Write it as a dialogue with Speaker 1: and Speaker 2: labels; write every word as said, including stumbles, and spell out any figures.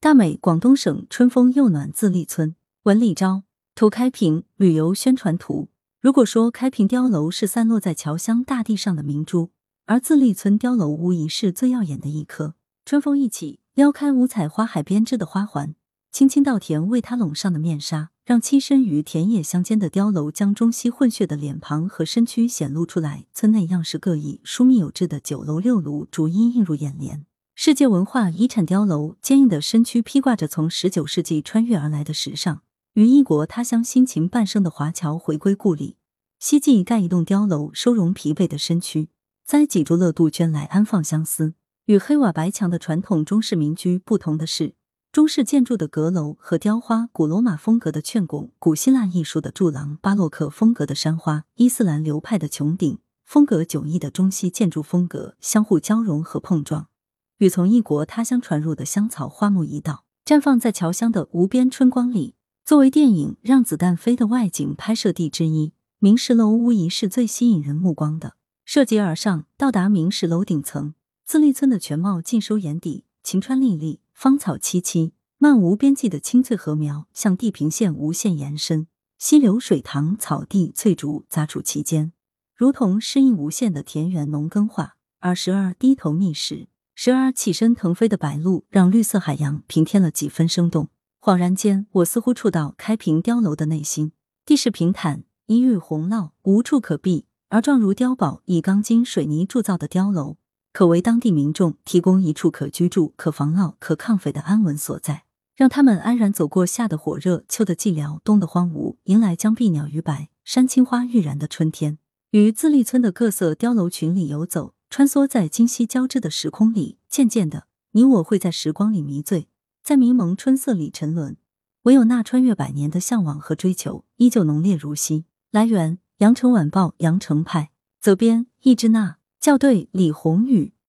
Speaker 1: 大美广东省春风又暖自立村，文李钊，图开平，旅游宣传图。如果说开平碉楼是散落在侨乡大地上的明珠，而自立村碉楼无疑是最耀眼的一颗。春风一起，撩开五彩花海编织的花环，青青稻田为它笼上的面纱，让栖身于田野乡间的碉楼将中西混血的脸庞和身躯显露出来。村内样式各异、疏密有致的九楼六炉逐一映入眼帘。世界文化遗产碉楼坚硬的身躯披挂着从十九世纪穿越而来的时尚，与异国他乡辛勤半生的华侨回归故里。希冀盖一栋碉楼收容疲惫的身躯，栽几株乐杜鹃来安放相思。与黑瓦白墙的传统中式民居不同的是，中式建筑的阁楼和雕花，古罗马风格的券拱，古希腊艺术的柱廊，巴洛克风格的山花，伊斯兰流派的穹顶，风格迥异的中西建筑风格相互交融和碰撞，与从异国他乡传入的香草花木一道，绽放在侨乡的无边春光里。作为电影《让子弹飞》的外景拍摄地之一，明石楼无疑是最吸引人目光的。涉阶而上，到达明石楼顶层，自立村的全貌尽收眼底，晴川历历，芳草萋萋，漫无边际的青翠禾苗向地平线无限延伸，溪流水塘草地翠竹杂处其间，如同诗意无限的田园农耕画。而时而低头觅食，时而起身腾飞的白鹭，让绿色海洋平添了几分生动。恍然间，我似乎触到开平碉楼的内心。地势平坦，一遇洪涝，无处可避，而状如碉堡，以钢筋水泥铸造的碉楼，可为当地民众提供一处可居住、可防涝、可抗匪的安稳所在，让他们安然走过夏的火热、秋的寂寥、冬的荒芜，迎来江碧鸟鱼白、山青花欲燃的春天。于自立村的各色碉楼群里游走，穿梭在今昔交织的时空里，渐渐的，你我会在时光里迷醉，在迷蒙春色里沉沦，唯有那穿越百年的向往和追求，依旧浓烈如昔。来源：羊城晚报羊城派，责编：易之娜，校对：李红宇。